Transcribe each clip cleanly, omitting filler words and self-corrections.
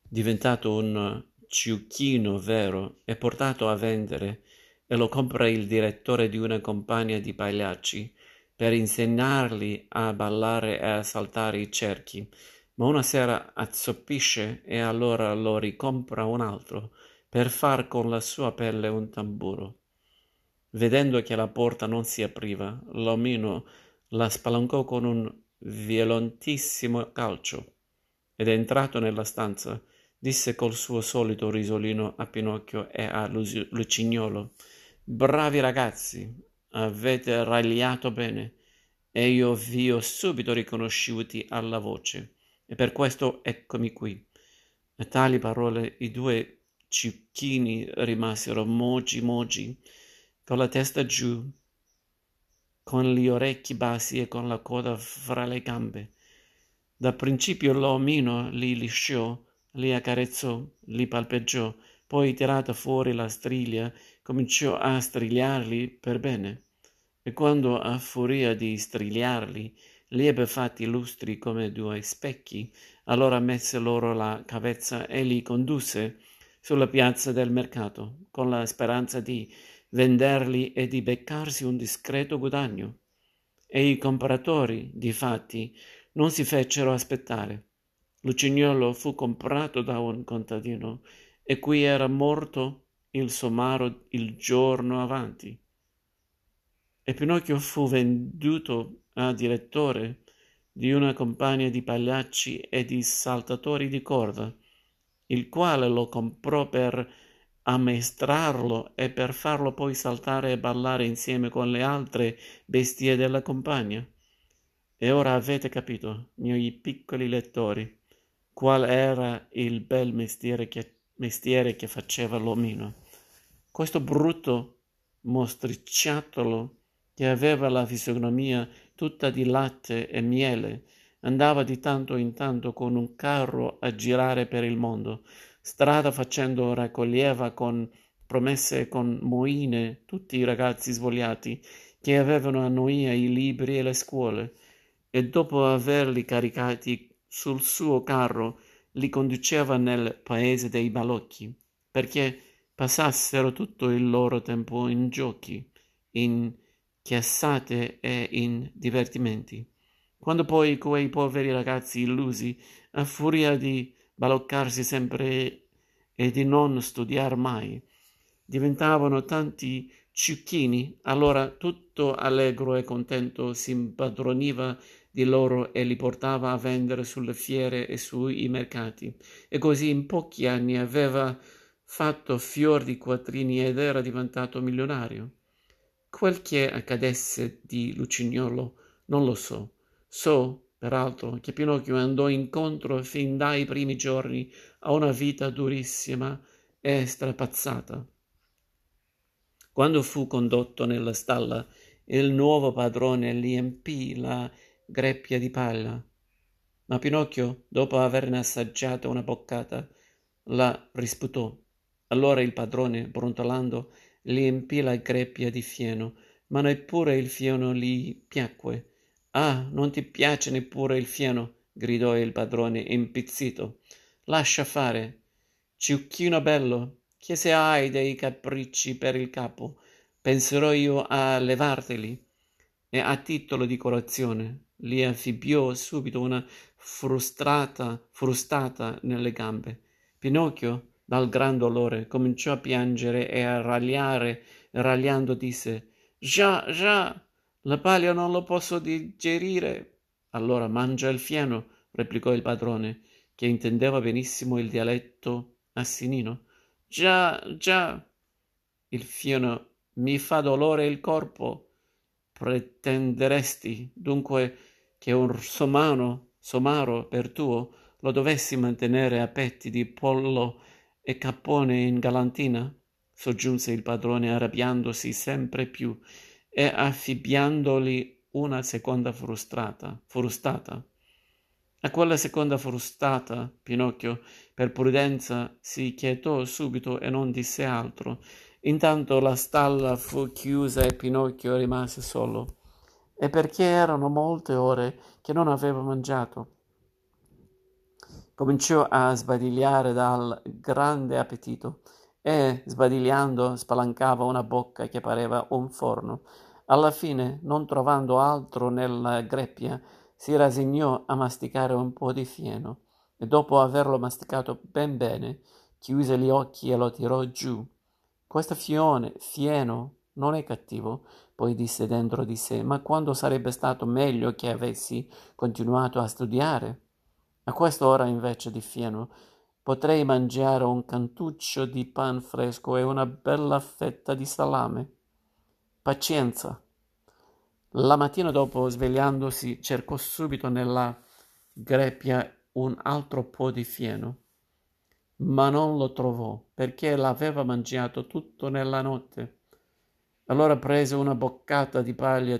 diventato un ciuchino vero, è portato a vendere e lo compra il direttore di una compagnia di pagliacci per insegnargli a ballare e a saltare i cerchi, ma una sera azzoppisce e allora lo ricompra un altro per far con la sua pelle un tamburo. Vedendo che la porta non si apriva, l'omino la spalancò con un violentissimo calcio ed entrato nella stanza, disse col suo solito risolino a Pinocchio e a Lucignolo: «Bravi ragazzi, avete ragliato bene, e io vi ho subito riconosciuti alla voce, e per questo eccomi qui». A tali parole i due cicchini rimasero mogi con la testa giù, con gli orecchi bassi e con la coda fra le gambe. Da principio l'omino li lisciò, li accarezzò, li palpeggiò, poi tirata fuori la striglia cominciò a strigliarli per bene, e quando a furia di strigliarli li ebbe fatti lustri come due specchi, allora messe loro la cavezza e li condusse sulla piazza del mercato, con la speranza di venderli e di beccarsi un discreto guadagno. E i compratori, difatti, non si fecero aspettare. Lucignolo fu comprato da un contadino, e qui era morto il somaro il giorno avanti. E Pinocchio fu venduto a direttore di una compagnia di pagliacci e di saltatori di corda, il quale lo comprò per ammaestrarlo e per farlo poi saltare e ballare insieme con le altre bestie della compagnia. E ora avete capito, miei piccoli lettori, qual era il bel mestiere che faceva l'omino. Questo brutto mostriciattolo, che aveva la fisionomia tutta di latte e miele, andava di tanto in tanto con un carro a girare per il mondo, strada facendo raccoglieva con promesse e con moine tutti i ragazzi svogliati che avevano a noia i libri e le scuole, e dopo averli caricati sul suo carro li conduceva nel paese dei balocchi, perché passassero tutto il loro tempo in giochi, in chiassate e in divertimenti. Quando poi quei poveri ragazzi illusi, a furia di baloccarsi sempre e di non studiar mai, diventavano tanti ciuchini, allora tutto allegro e contento si impadroniva di loro e li portava a vendere sulle fiere e sui mercati, e così in pochi anni aveva fatto fior di quattrini ed era diventato milionario. Quel che accadesse di Lucignolo non lo so. So, peraltro, che Pinocchio andò incontro fin dai primi giorni a una vita durissima e strapazzata. Quando fu condotto nella stalla, il nuovo padrone gli empì la greppia di palla, ma Pinocchio, dopo averne assaggiata una boccata, la risputò. Allora il padrone, brontolando, gli empì la greppia di fieno, ma neppure il fieno gli piacque. «Ah, non ti piace neppure il fieno?» gridò il padrone impizzito. «Lascia fare, ciuchino bello, che se hai dei capricci per il capo, penserò io a levarteli». E a titolo di colazione gli affibbiò subito una frustata nelle gambe. Pinocchio, dal gran dolore, cominciò a piangere e a ragliare, e ragliando disse: «Già, già, la paglia non lo posso digerire». «Allora mangia il fieno», replicò il padrone, che intendeva benissimo il dialetto assinino. «Già, già, il fieno mi fa dolore il corpo». «Pretenderesti, dunque, che un somaro per tuo lo dovessi mantenere a petti di pollo e cappone in galantina?» soggiunse il padrone arrabbiandosi sempre più e affibbiandogli una seconda frustata. A quella seconda frustata Pinocchio, per prudenza, si quietò subito e non disse altro. Intanto la stalla fu chiusa e Pinocchio rimase solo, e perché erano molte ore che non aveva mangiato. Cominciò a sbadigliare dal grande appetito e, sbadigliando, spalancava una bocca che pareva un forno. Alla fine, non trovando altro nella greppia, si rassegnò a masticare un po' di fieno e dopo averlo masticato ben bene, chiuse gli occhi e lo tirò giù. Questo fieno non è cattivo, poi disse dentro di sé, ma quando sarebbe stato meglio che avessi continuato a studiare? A quest'ora invece di fieno potrei mangiare un cantuccio di pan fresco e una bella fetta di salame. Pazienza. La mattina dopo, svegliandosi, cercò subito nella greppia un altro po' di fieno, ma non lo trovò perché l'aveva mangiato tutto nella notte. Allora prese una boccata di paglia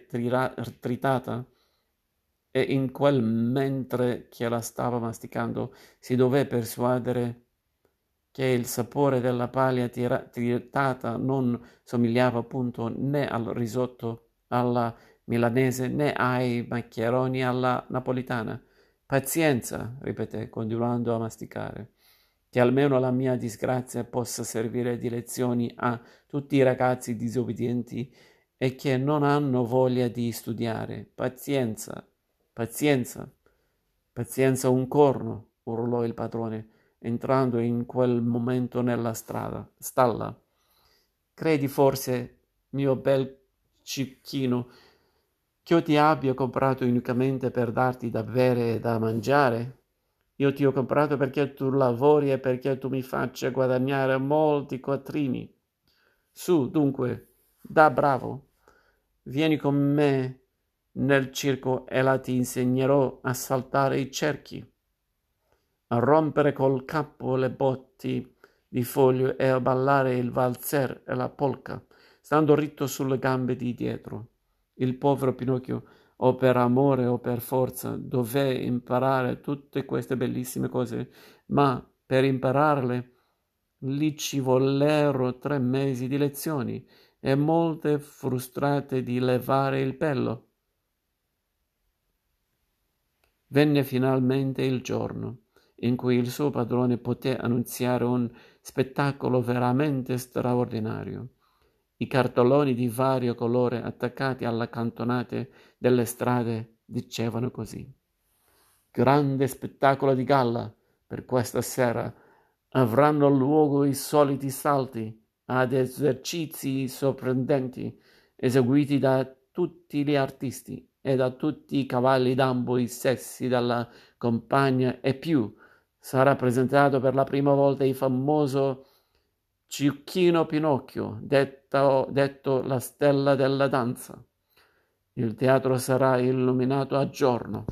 tritata e in quel mentre che la stava masticando si dové persuadere che il sapore della paglia tritata non somigliava appunto né al risotto alla milanese né ai maccheroni alla napolitana. Pazienza, ripeté, continuando a masticare, che almeno la mia disgrazia possa servire di lezione a tutti i ragazzi disobbedienti e che non hanno voglia di studiare. Pazienza, pazienza, pazienza un corno, urlò il padrone, entrando in quel momento nella stalla. Credi forse, mio bel cicchino, che io ti abbia comprato unicamente per darti da bere e da mangiare? Io ti ho comprato perché tu lavori e perché tu mi faccia guadagnare molti quattrini. Su, dunque, da bravo, vieni con me nel circo e là ti insegnerò a saltare i cerchi, a rompere col capo le botti di foglio e a ballare il valzer e la polka, stando ritto sulle gambe di dietro. Il povero Pinocchio, o per amore o per forza, dové imparare tutte queste bellissime cose, ma per impararle gli ci vollero 3 mesi di lezioni e molte frustate di levare il pelo. Venne finalmente il giorno in cui il suo padrone poté annunziare un spettacolo veramente straordinario. I cartelloni di vario colore attaccati alle cantonate delle strade dicevano così: grande spettacolo di galla per questa sera. Avranno luogo i soliti salti ad esercizi sorprendenti eseguiti da tutti gli artisti e da tutti i cavalli d'ambo i sessi della compagnia e più. Sarà presentato per la prima volta il famoso Cicchino Pinocchio, detto la stella della danza. Il teatro sarà illuminato a giorno.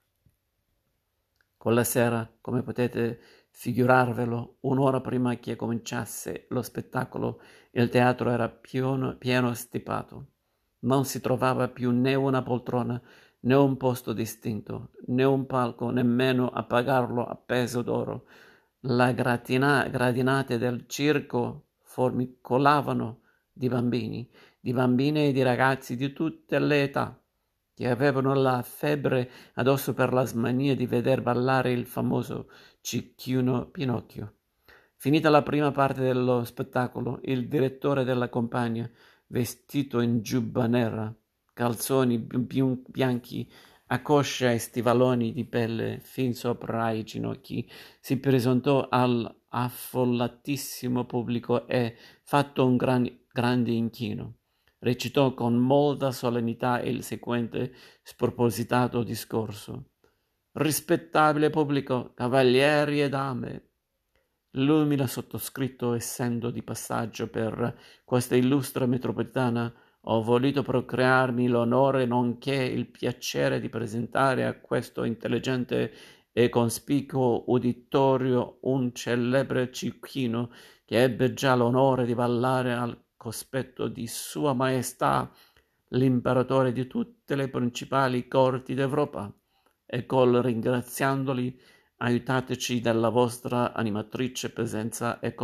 Con la sera, come potete figurarvelo, un'ora prima che cominciasse lo spettacolo, il teatro era pieno stipato. Non si trovava più né una poltrona, né un posto distinto, né un palco, nemmeno a pagarlo a peso d'oro. Le gradinate del circo formicolavano di bambini, di bambine e di ragazzi di tutte le età, che avevano la febbre addosso per la smania di veder ballare il famoso Cicchino Pinocchio. Finita la prima parte dello spettacolo, il direttore della compagnia, vestito in giubba nera, calzoni bianchi a coscia e stivaloni di pelle fin sopra i ginocchi, si presentò all'affollatissimo pubblico e, fatto un grande inchino, recitò con molta solennità il seguente spropositato discorso. Rispettabile pubblico, cavalieri e dame, l'umile sottoscritto, essendo di passaggio per questa illustre metropolitana, ho voluto procrearmi l'onore nonché il piacere di presentare a questo intelligente e cospicuo uditorio un celebre cicchino che ebbe già l'onore di ballare al cospetto di Sua Maestà l'imperatore di tutte le principali corti d'Europa, e col ringraziandoli aiutateci della vostra animatrice presenza e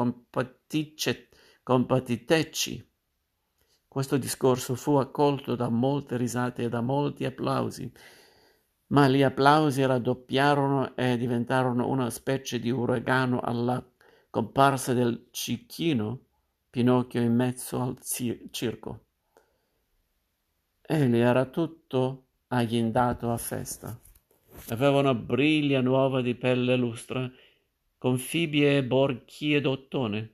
compatiteci. Questo discorso fu accolto da molte risate e da molti applausi. Ma gli applausi raddoppiarono e diventarono una specie di uragano alla comparsa del cicchino Pinocchio in mezzo al circo. Egli era tutto agghindato a festa. Aveva una briglia nuova di pelle lustra, con fibbie e borchie d'ottone,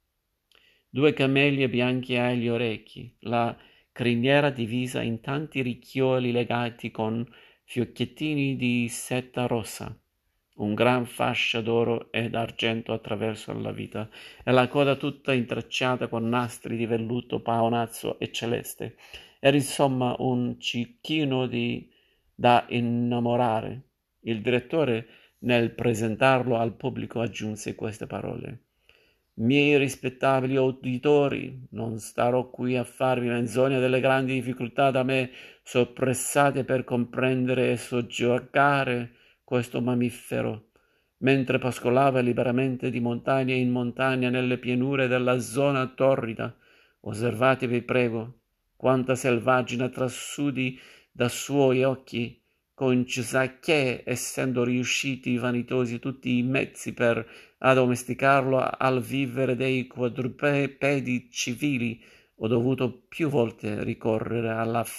2 camellie bianche agli orecchi, la criniera divisa in tanti riccioli legati con fiocchettini di seta rossa, un gran fascia d'oro e d'argento attraverso la vita, e la coda tutta intrecciata con nastri di velluto paonazzo e celeste. Era insomma un cicchino da innamorare. Il direttore, nel presentarlo al pubblico, aggiunse queste parole: miei rispettabili uditori, non starò qui a farvi menzogna delle grandi difficoltà da me soppressate per comprendere e soggiogare questo mammifero, mentre pascolava liberamente di montagna in montagna nelle pianure della zona torrida. Osservate, vi prego, quanta selvaggine trasudi da suoi occhi, che, essendo riusciti vanitosi tutti i mezzi per addomesticarlo al vivere dei quadrupedi civili, ho dovuto più volte ricorrere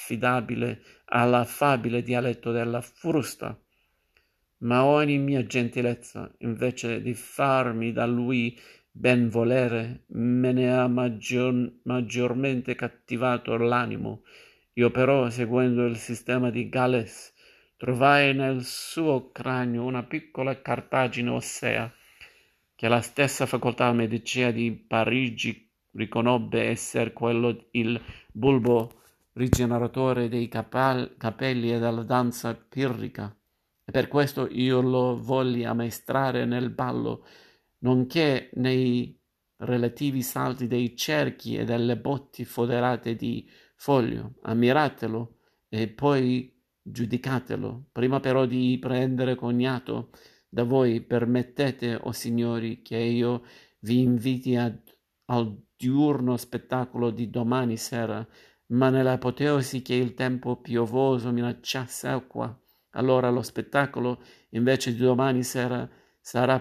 all'affabile dialetto della frusta. Ma ogni mia gentilezza, invece di farmi da lui ben volere, me ne ha maggiormente cattivato l'animo. Io però, seguendo il sistema di Galles, trovai nel suo cranio una piccola cartagine ossea, che la stessa facoltà medicea di Parigi riconobbe esser quello il bulbo rigeneratore dei capelli e della danza pirrica, e per questo io lo volli ammaestrare nel ballo, nonché nei relativi salti dei cerchi e delle botti foderate di foglio. Ammiratelo e poi giudicatelo. Prima però di prendere cognato da voi, permettete, o signori, che io vi inviti al diurno spettacolo di domani sera, ma nell'apoteosi che il tempo piovoso minacciasse acqua. Allora lo spettacolo, invece di domani sera, sarà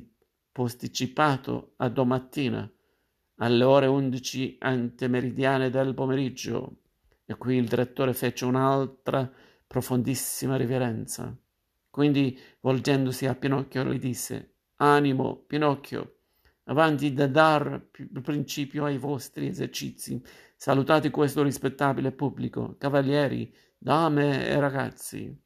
posticipato a domattina, alle ore 11 antemeridiane del pomeriggio. E qui il direttore fece un'altra profondissima riverenza. Quindi, volgendosi a Pinocchio, gli disse: animo, Pinocchio, avanti da dar principio ai vostri esercizi, salutate questo rispettabile pubblico, cavalieri, dame e ragazzi.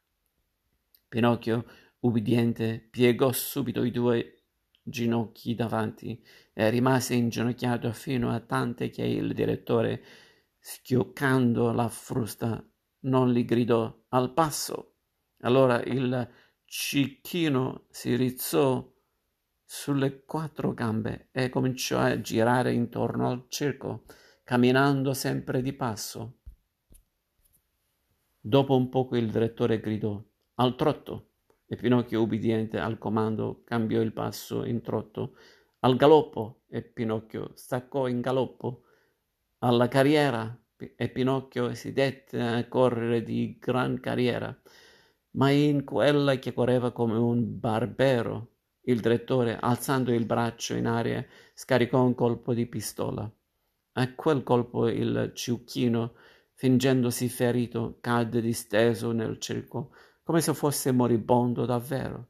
Pinocchio, ubbidiente, piegò subito i 2 ginocchi davanti e rimase inginocchiato fino a tanto che il direttore, schioccando la frusta, non gli gridò: al passo. Allora il cicchino si rizzò sulle 4 gambe e cominciò a girare intorno al circo, camminando sempre di passo. Dopo un poco il direttore gridò: al trotto! E Pinocchio, ubbidiente al comando, cambiò il passo in trotto. Al galoppo! E Pinocchio staccò in galoppo. Alla carriera! E Pinocchio si dette a correre di gran carriera, ma in quella che correva come un barbero. Il direttore, alzando il braccio in aria, scaricò un colpo di pistola. A quel colpo il ciuchino, fingendosi ferito, cadde disteso nel circo, come se fosse moribondo davvero.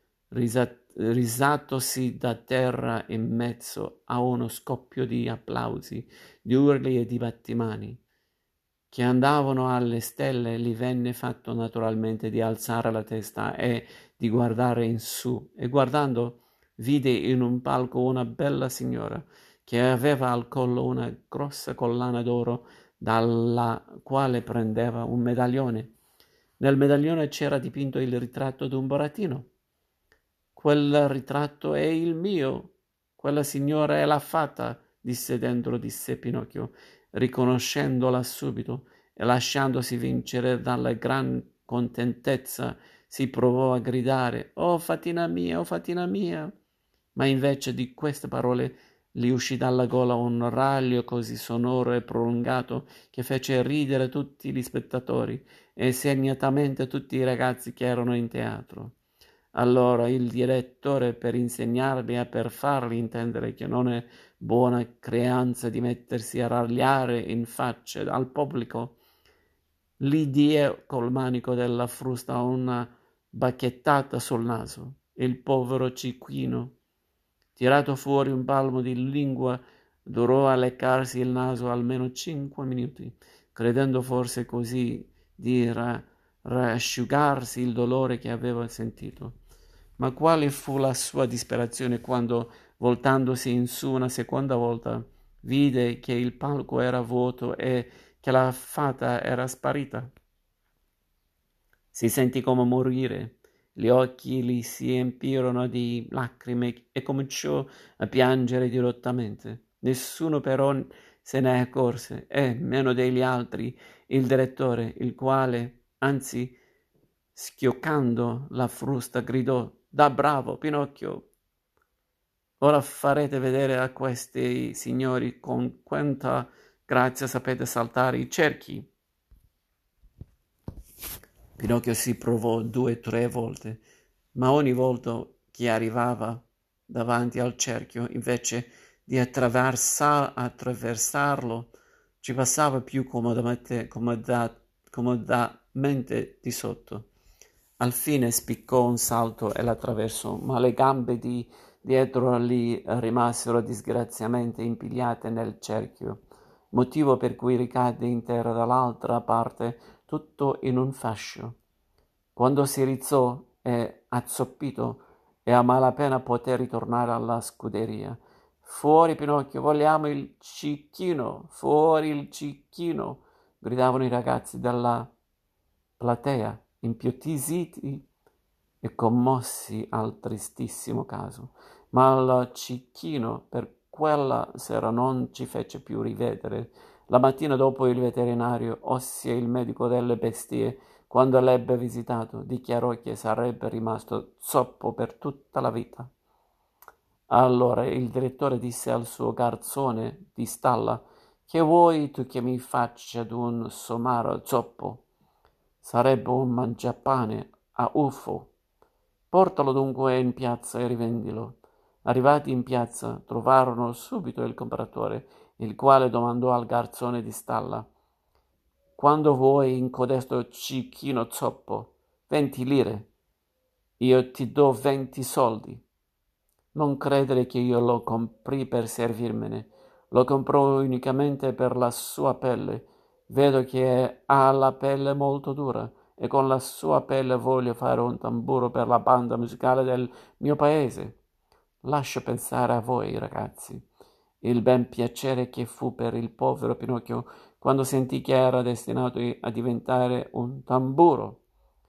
Risatosi da terra in mezzo a uno scoppio di applausi, di urli e di battimani che andavano alle stelle, gli venne fatto naturalmente di alzare la testa e di guardare in su, e guardando vide in un palco una bella signora che aveva al collo una grossa collana d'oro dalla quale prendeva un medaglione. Nel medaglione c'era dipinto il ritratto d'un burattino. Quel ritratto è il mio, quella signora è la fata, disse dentro di sé Pinocchio, riconoscendola subito, e lasciandosi vincere dalla gran contentezza si provò a gridare: oh fatina mia, oh fatina mia! Ma invece di queste parole gli uscì dalla gola un raglio così sonoro e prolungato che fece ridere tutti gli spettatori, e segnatamente tutti i ragazzi che erano in teatro. Allora il direttore, per insegnarli e per farli intendere che non è buona creanza di mettersi a ragliare in faccia al pubblico, gli die col manico della frusta una bacchettata sul naso. Il povero cicchino, tirato fuori un palmo di lingua, durò a leccarsi il naso almeno 5 minuti, credendo forse così di rasciugarsi il dolore che aveva sentito. Ma quale fu la sua disperazione quando, voltandosi in su una seconda volta, vide che il palco era vuoto e che la fata era sparita. Si sentì come morire, gli occhi gli si empirono di lacrime e cominciò a piangere dirottamente. Nessuno però se ne accorse, e meno degli altri il direttore, il quale, anzi, schioccando la frusta, gridò: Da bravo, Pinocchio! Ora farete vedere a questi signori con quanta grazia sapete saltare i cerchi. Pinocchio si provò 2 o 3 volte, ma ogni volta che arrivava davanti al cerchio, invece di attraversarlo, ci passava più comodamente di sotto. Al fine spiccò un salto e l'attraversò, ma le gambe di dietro gli rimasero disgraziatamente impigliate nel cerchio, motivo per cui ricadde in terra dall'altra parte tutto in un fascio. Quando si rizzò e, azzoppito e a malapena poté ritornare alla scuderia. Fuori Pinocchio, vogliamo il cicchino, fuori il cicchino, gridavano i ragazzi dalla platea, impiottissiti e commossi al tristissimo caso. Ma il cicchino per quella sera non ci fece più rivedere. La mattina dopo il veterinario, ossia il medico delle bestie, quando l'ebbe visitato, dichiarò che sarebbe rimasto zoppo per tutta la vita. Allora il direttore disse al suo garzone di stalla: Che vuoi tu che mi faccia d'un somaro zoppo? Sarebbe un mangiapane a uffo. Portalo dunque in piazza e rivendilo. Arrivati in piazza, trovarono subito il compratore, il quale domandò al garzone di stalla: Quando vuoi in codesto cicchino zoppo? 20 lire. Io ti do 20 soldi. Non credere che io lo comprii per servirmene. Lo comprò unicamente per la sua pelle. Vedo che ha la pelle molto dura e con la sua pelle voglio fare un tamburo per la banda musicale del mio paese. Lascio pensare a voi, ragazzi, il ben piacere che fu per il povero Pinocchio quando sentì che era destinato a diventare un tamburo.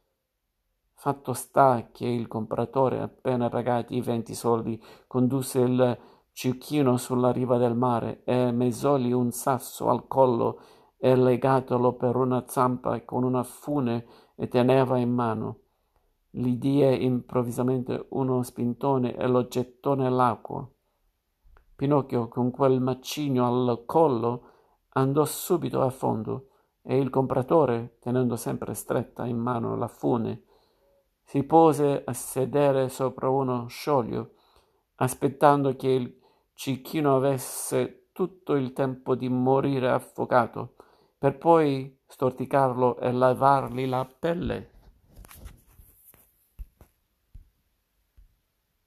Fatto sta che il compratore, appena pagati i 20 soldi, condusse il cicchino sulla riva del mare e mesògli un sasso al collo e legatolo per una zampa con una fune e teneva in mano. Gli die improvvisamente uno spintone e lo gettò nell'acqua. Pinocchio, con quel macigno al collo, andò subito a fondo e il compratore, tenendo sempre stretta in mano la fune, si pose a sedere sopra uno scioglio, aspettando che il cicchino avesse tutto il tempo di morire affogato, per poi storticarlo e lavargli la pelle.